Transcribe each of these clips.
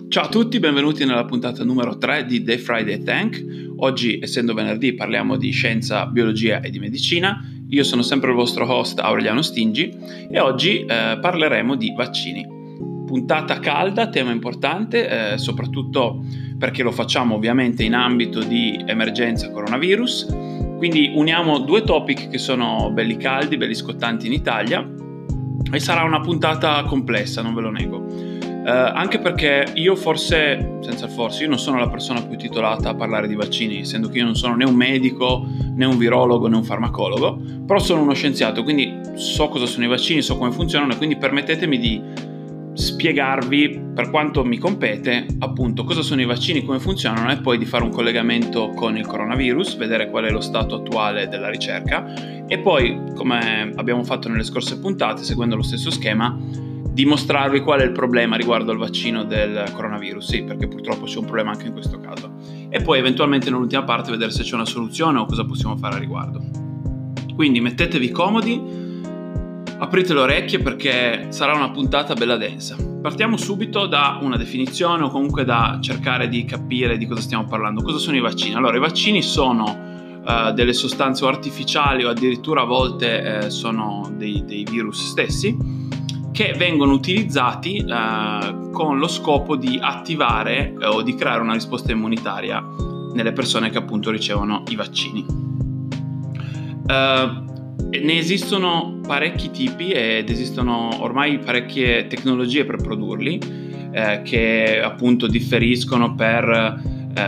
Ciao a tutti, benvenuti nella puntata numero 3 di The Friday Tank. Oggi, essendo venerdì, parliamo di scienza, biologia e di medicina. Io sono sempre il vostro host Aureliano Stingi e oggi parleremo di vaccini. Puntata calda, tema importante, soprattutto perché lo facciamo ovviamente in ambito di emergenza coronavirus. Quindi uniamo due topic che sono belli caldi, belli scottanti in Italia e sarà una puntata complessa, non ve lo nego. Anche perché io non sono la persona più titolata a parlare di vaccini, essendo che io non sono né un medico, né un virologo, né un farmacologo, però sono uno scienziato, quindi so cosa sono i vaccini, so come funzionano e quindi permettetemi di spiegarvi, per quanto mi compete, appunto cosa sono i vaccini, come funzionano e poi di fare un collegamento con il coronavirus, vedere qual è lo stato attuale della ricerca e poi, come abbiamo fatto nelle scorse puntate, seguendo lo stesso schema, dimostrarvi qual è il problema riguardo al vaccino del coronavirus, sì, perché purtroppo c'è un problema anche in questo caso. E poi eventualmente nell'ultima parte vedere se c'è una soluzione o cosa possiamo fare a riguardo. Quindi mettetevi comodi, aprite le orecchie perché sarà una puntata bella densa. Partiamo subito da una definizione o comunque da cercare di capire di cosa stiamo parlando. Cosa sono i vaccini? Allora, i vaccini sono delle sostanze artificiali o addirittura a volte sono dei virus stessi che vengono utilizzati con lo scopo di attivare o di creare una risposta immunitaria nelle persone che appunto ricevono i vaccini. Ne esistono parecchi tipi ed esistono ormai parecchie tecnologie per produrli che appunto differiscono per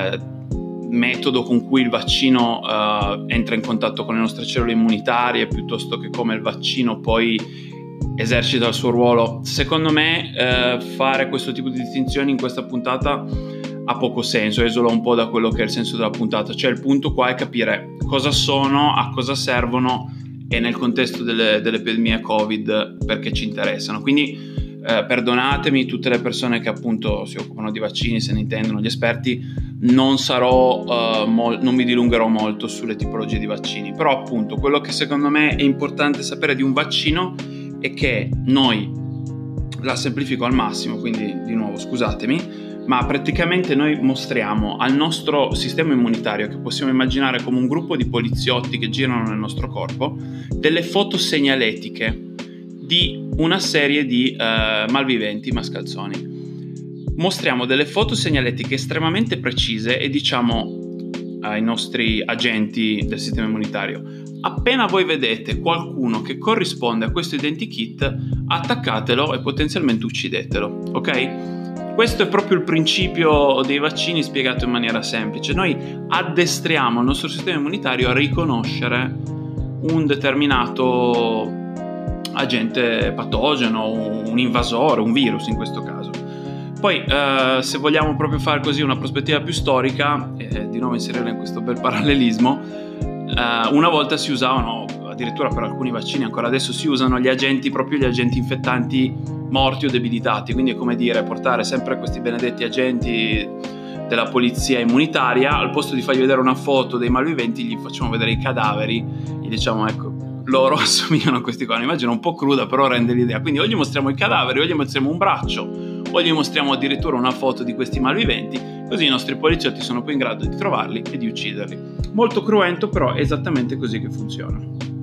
metodo con cui il vaccino entra in contatto con le nostre cellule immunitarie piuttosto che come il vaccino poi esercita il suo ruolo. Secondo me fare questo tipo di distinzioni in questa puntata ha poco senso, esula un po' da quello che è il senso della puntata, cioè il punto qua è capire cosa sono, a cosa servono e nel contesto dell'epidemia Covid perché ci interessano. Quindi perdonatemi tutte le persone che appunto si occupano di vaccini, se ne intendono, gli esperti, non mi dilungherò molto sulle tipologie di vaccini, però appunto quello che secondo me è importante sapere di un vaccino è che noi, la semplifico al massimo, quindi di nuovo scusatemi, ma praticamente noi mostriamo al nostro sistema immunitario, che possiamo immaginare come un gruppo di poliziotti che girano nel nostro corpo, delle foto segnaletiche di una serie di malviventi mascalzoni. Mostriamo delle foto segnaletiche estremamente precise e diciamo ai nostri agenti del sistema immunitario: appena voi vedete qualcuno che corrisponde a questo identikit, attaccatelo e potenzialmente uccidetelo, ok? Questo è proprio il principio dei vaccini spiegato in maniera semplice. Noi addestriamo il nostro sistema immunitario a riconoscere un determinato agente patogeno, un invasore, un virus in questo caso. Poi se vogliamo proprio fare così una prospettiva più storica, di nuovo inserirla in questo bel parallelismo, una volta si usavano, addirittura per alcuni vaccini ancora adesso si usano gli agenti infettanti morti o debilitati, quindi è come dire portare sempre questi benedetti agenti della polizia immunitaria, al posto di fargli vedere una foto dei malviventi gli facciamo vedere i cadaveri, gli diciamo ecco loro assomigliano a questi qua. Un'immagine un po' cruda però rende l'idea, quindi o gli mostriamo i cadaveri o gli mostriamo un braccio o gli mostriamo addirittura una foto di questi malviventi, così i nostri poliziotti sono poi in grado di trovarli e di ucciderli. Molto cruento, però è esattamente così che funziona.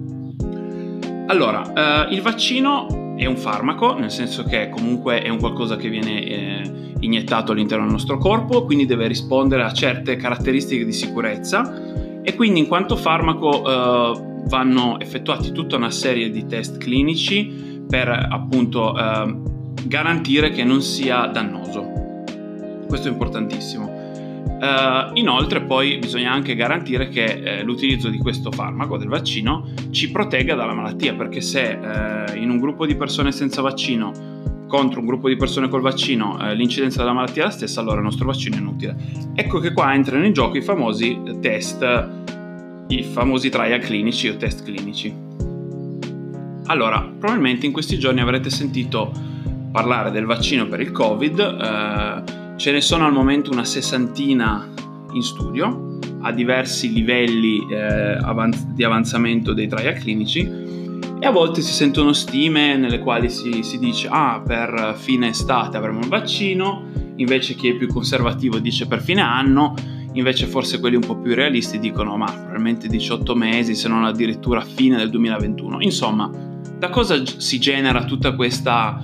Allora, il vaccino è un farmaco, nel senso che comunque è un qualcosa che viene iniettato all'interno del nostro corpo, quindi deve rispondere a certe caratteristiche di sicurezza e quindi in quanto farmaco vanno effettuati tutta una serie di test clinici per appunto garantire che non sia dannoso. Questo è importantissimo. Inoltre poi bisogna anche garantire che l'utilizzo di questo farmaco, del vaccino, ci protegga dalla malattia, perché se in un gruppo di persone senza vaccino contro un gruppo di persone col vaccino l'incidenza della malattia è la stessa, allora il nostro vaccino è inutile. Ecco che qua entrano in gioco i famosi test, i famosi trial clinici o test clinici. Allora, probabilmente in questi giorni avrete sentito parlare del vaccino per il Covid. Ce ne sono al momento una 60 in studio a diversi livelli di avanzamento dei trial clinici, e a volte si sentono stime nelle quali si dice per fine estate avremo un vaccino invece chi è più conservativo dice per fine anno, invece forse quelli un po' più realisti dicono ma probabilmente 18 mesi, se non addirittura fine del 2021. Insomma, da cosa si genera tutta questa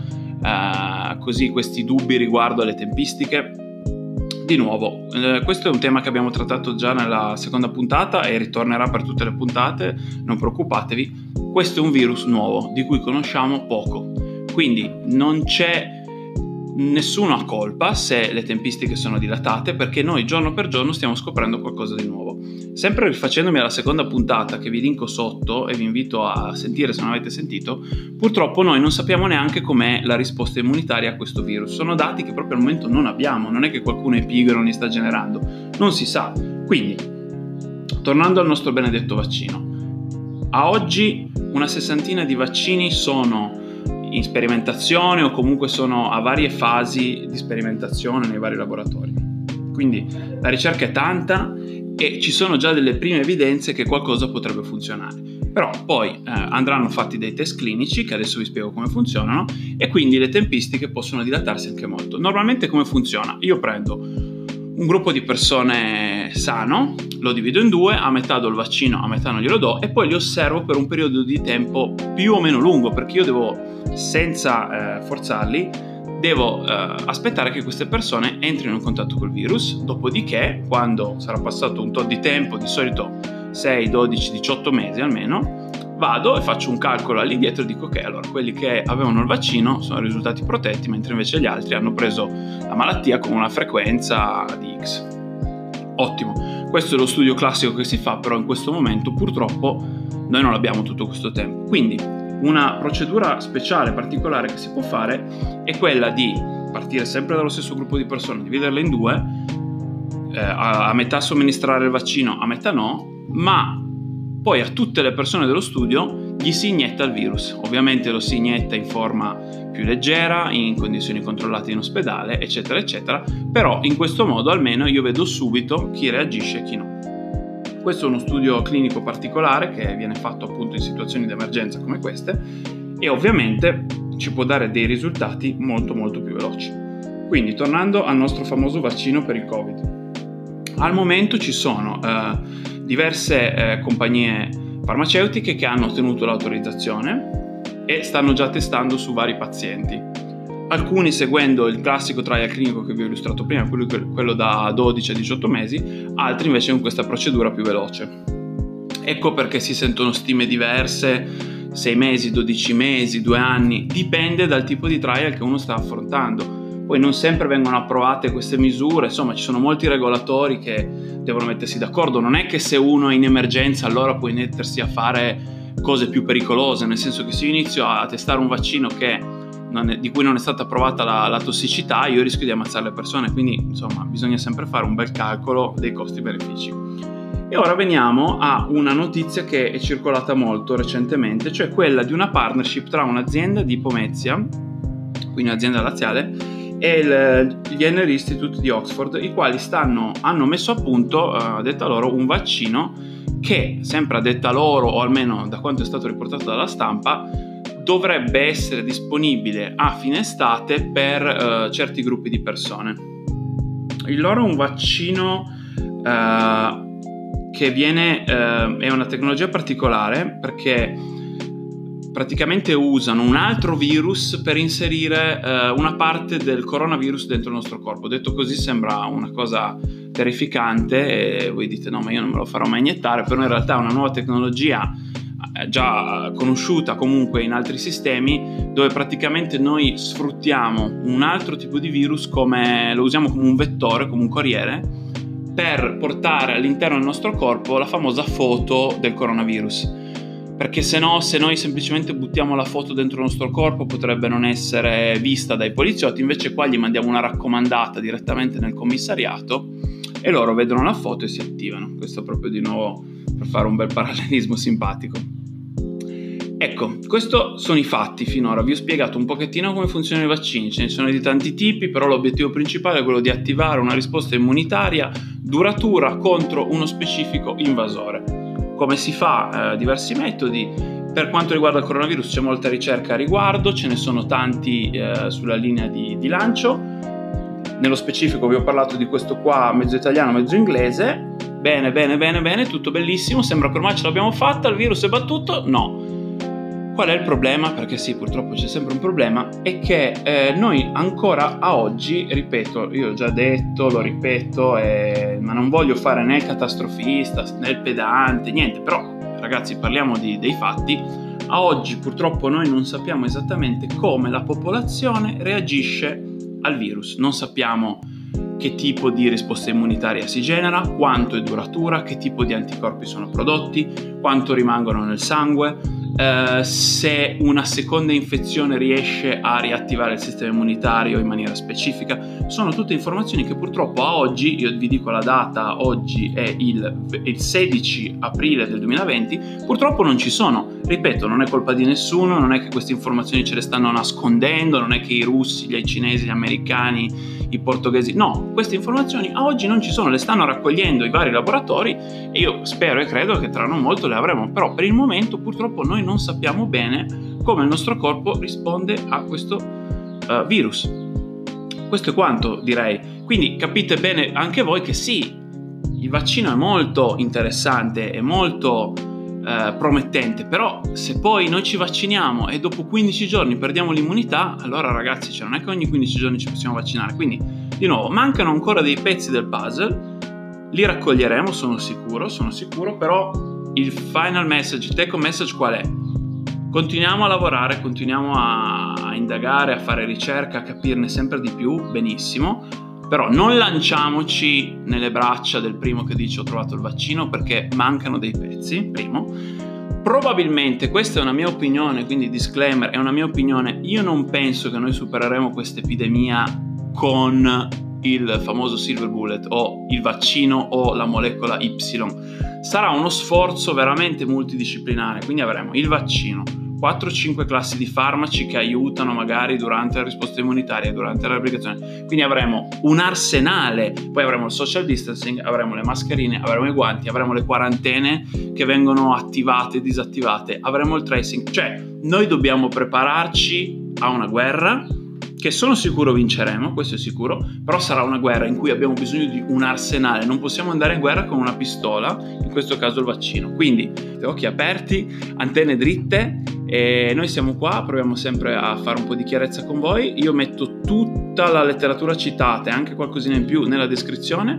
questi dubbi riguardo alle tempistiche? Di nuovo, questo è un tema che abbiamo trattato già nella seconda puntata e ritornerà per tutte le puntate, non preoccupatevi. Questo è un virus nuovo di cui conosciamo poco, quindi non c'è nessuno a colpa se le tempistiche sono dilatate, perché noi giorno per giorno stiamo scoprendo qualcosa di nuovo. Sempre rifacendomi alla seconda puntata che vi linko sotto e vi invito a sentire se non avete sentito, purtroppo noi non sappiamo neanche com'è la risposta immunitaria a questo virus. Sono dati che proprio al momento non abbiamo, non è che qualcuno è pigro e non li sta generando, non si sa. Quindi, tornando al nostro benedetto vaccino, a oggi una sessantina di vaccini sono in sperimentazione o comunque sono a varie fasi di sperimentazione nei vari laboratori. Quindi la ricerca è tanta e ci sono già delle prime evidenze che qualcosa potrebbe funzionare. Però poi andranno fatti dei test clinici, che adesso vi spiego come funzionano, e quindi le tempistiche possono dilatarsi anche molto. Normalmente come funziona? Io prendo un gruppo di persone sano, lo divido in due, a metà do il vaccino, a metà non glielo do, e poi li osservo per un periodo di tempo più o meno lungo, perché io devo, senza forzarli, devo aspettare che queste persone entrino in contatto col virus. Dopodiché, quando sarà passato un tot di tempo, di solito 6, 12, 18 mesi almeno, vado e faccio un calcolo all'indietro e dico ok, allora quelli che avevano il vaccino sono risultati protetti, mentre invece gli altri hanno preso la malattia con una frequenza di X. Ottimo, questo è lo studio classico che si fa, però in questo momento purtroppo noi non abbiamo tutto questo tempo. Quindi una procedura speciale, particolare che si può fare è quella di partire sempre dallo stesso gruppo di persone, dividerle in due, a metà somministrare il vaccino, a metà no, ma poi a tutte le persone dello studio gli si inietta il virus. Ovviamente lo si inietta in forma più leggera, in condizioni controllate in ospedale, eccetera, eccetera, però in questo modo almeno io vedo subito chi reagisce e chi no. Questo è uno studio clinico particolare che viene fatto appunto in situazioni di emergenza come queste e ovviamente ci può dare dei risultati molto molto più veloci. Quindi tornando al nostro famoso vaccino per il Covid, al momento ci sono diverse compagnie farmaceutiche che hanno ottenuto l'autorizzazione e stanno già testando su vari pazienti. Alcuni seguendo il classico trial clinico che vi ho illustrato prima, quello da 12 a 18 mesi, altri invece con questa procedura più veloce. Ecco perché si sentono stime diverse, 6 mesi, 12 mesi, 2 anni, dipende dal tipo di trial che uno sta affrontando. Poi non sempre vengono approvate queste misure, insomma ci sono molti regolatori che devono mettersi d'accordo. Non è che se uno è in emergenza allora puoi mettersi a fare cose più pericolose, nel senso che se io inizio a testare un vaccino di cui non è stata approvata la tossicità, io rischio di ammazzare le persone, quindi insomma bisogna sempre fare un bel calcolo dei costi-benefici. E ora veniamo a una notizia che è circolata molto recentemente, cioè quella di una partnership tra un'azienda di Pomezia, quindi un'azienda laziale, e gli Jenner Institute di Oxford, i quali hanno messo a punto, a detta loro, un vaccino che, sempre a detta loro, o almeno da quanto è stato riportato dalla stampa, dovrebbe essere disponibile a fine estate per certi gruppi di persone. Il loro è un vaccino che è una tecnologia particolare perché praticamente usano un altro virus per inserire una parte del coronavirus dentro il nostro corpo. Detto così sembra una cosa terrificante e voi dite no, ma io non me lo farò mai iniettare, però in realtà è una nuova tecnologia già conosciuta comunque in altri sistemi, dove praticamente noi sfruttiamo un altro tipo di virus, lo usiamo come un vettore, come un corriere, per portare all'interno del nostro corpo la famosa foto del coronavirus. Perché se noi semplicemente buttiamo la foto dentro il nostro corpo potrebbe non essere vista dai poliziotti, invece qua gli mandiamo una raccomandata direttamente nel commissariato e loro vedono la foto e si attivano. Questo proprio di nuovo per fare un bel parallelismo simpatico. Ecco, questi sono i fatti finora. Vi ho spiegato un pochettino come funzionano i vaccini, ce ne sono di tanti tipi, però l'obiettivo principale è quello di attivare una risposta immunitaria duratura contro uno specifico invasore. Come si fa? Diversi metodi. Per quanto riguarda il coronavirus c'è molta ricerca a riguardo, ce ne sono tanti sulla linea di lancio. Nello specifico vi ho parlato di questo qua mezzo italiano, mezzo inglese. Bene, tutto bellissimo, sembra che ormai ce l'abbiamo fatta, il virus è battuto. No. Qual è il problema? Perché sì, purtroppo c'è sempre un problema, è che noi ancora a oggi, ripeto, io ho già detto, lo ripeto, ma non voglio fare né il catastrofista né il pedante, niente, però ragazzi parliamo dei fatti. A oggi purtroppo noi non sappiamo esattamente come la popolazione reagisce al virus, non sappiamo che tipo di risposta immunitaria si genera, quanto è duratura, che tipo di anticorpi sono prodotti, quanto rimangono nel sangue, se una seconda infezione riesce a riattivare il sistema immunitario in maniera specifica. Sono tutte informazioni che purtroppo a oggi, io vi dico la data, oggi è il 16 aprile del 2020, purtroppo non ci sono. Ripeto, non è colpa di nessuno, non è che queste informazioni ce le stanno nascondendo, non è che i russi, gli cinesi, gli americani, i portoghesi, no, queste informazioni a oggi non ci sono, le stanno raccogliendo i vari laboratori e io spero e credo che tra non molto le avremo, però per il momento purtroppo noi non sappiamo bene come il nostro corpo risponde a questo virus. Questo è quanto, direi. Quindi capite bene anche voi che sì, il vaccino è molto interessante, è molto promettente, però se poi noi ci vacciniamo e dopo 15 giorni perdiamo l'immunità, allora ragazzi, non è che ogni 15 giorni ci possiamo vaccinare. Quindi di nuovo mancano ancora dei pezzi del puzzle, li raccoglieremo, sono sicuro, però il final message, il take home message qual è? Continuiamo a lavorare, continuiamo a indagare, a fare ricerca, a capirne sempre di più, benissimo, però non lanciamoci nelle braccia del primo che dice ho trovato il vaccino, perché mancano dei pezzi, primo. Probabilmente, questa è una mia opinione, quindi disclaimer, è una mia opinione, io non penso che noi supereremo questa epidemia con il famoso silver bullet o il vaccino o la molecola Y. Sarà uno sforzo veramente multidisciplinare, quindi avremo il vaccino, 4-5 classi di farmaci che aiutano magari durante la risposta immunitaria, durante la replicazione, quindi avremo un arsenale, poi avremo il social distancing, avremo le mascherine, avremo i guanti, avremo le quarantene che vengono attivate e disattivate, avremo il tracing, cioè noi dobbiamo prepararci a una guerra che sono sicuro vinceremo, questo è sicuro, però sarà una guerra in cui abbiamo bisogno di un arsenale, non possiamo andare in guerra con una pistola, in questo caso il vaccino. Quindi occhi aperti, antenne dritte, e noi siamo qua, proviamo sempre a fare un po' di chiarezza con voi. Io metto tutta la letteratura citata e anche qualcosina in più nella descrizione.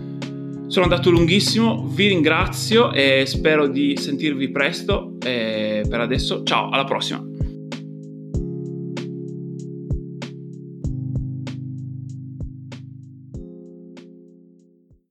Sono andato lunghissimo, vi ringrazio e spero di sentirvi presto, e per adesso ciao, alla prossima.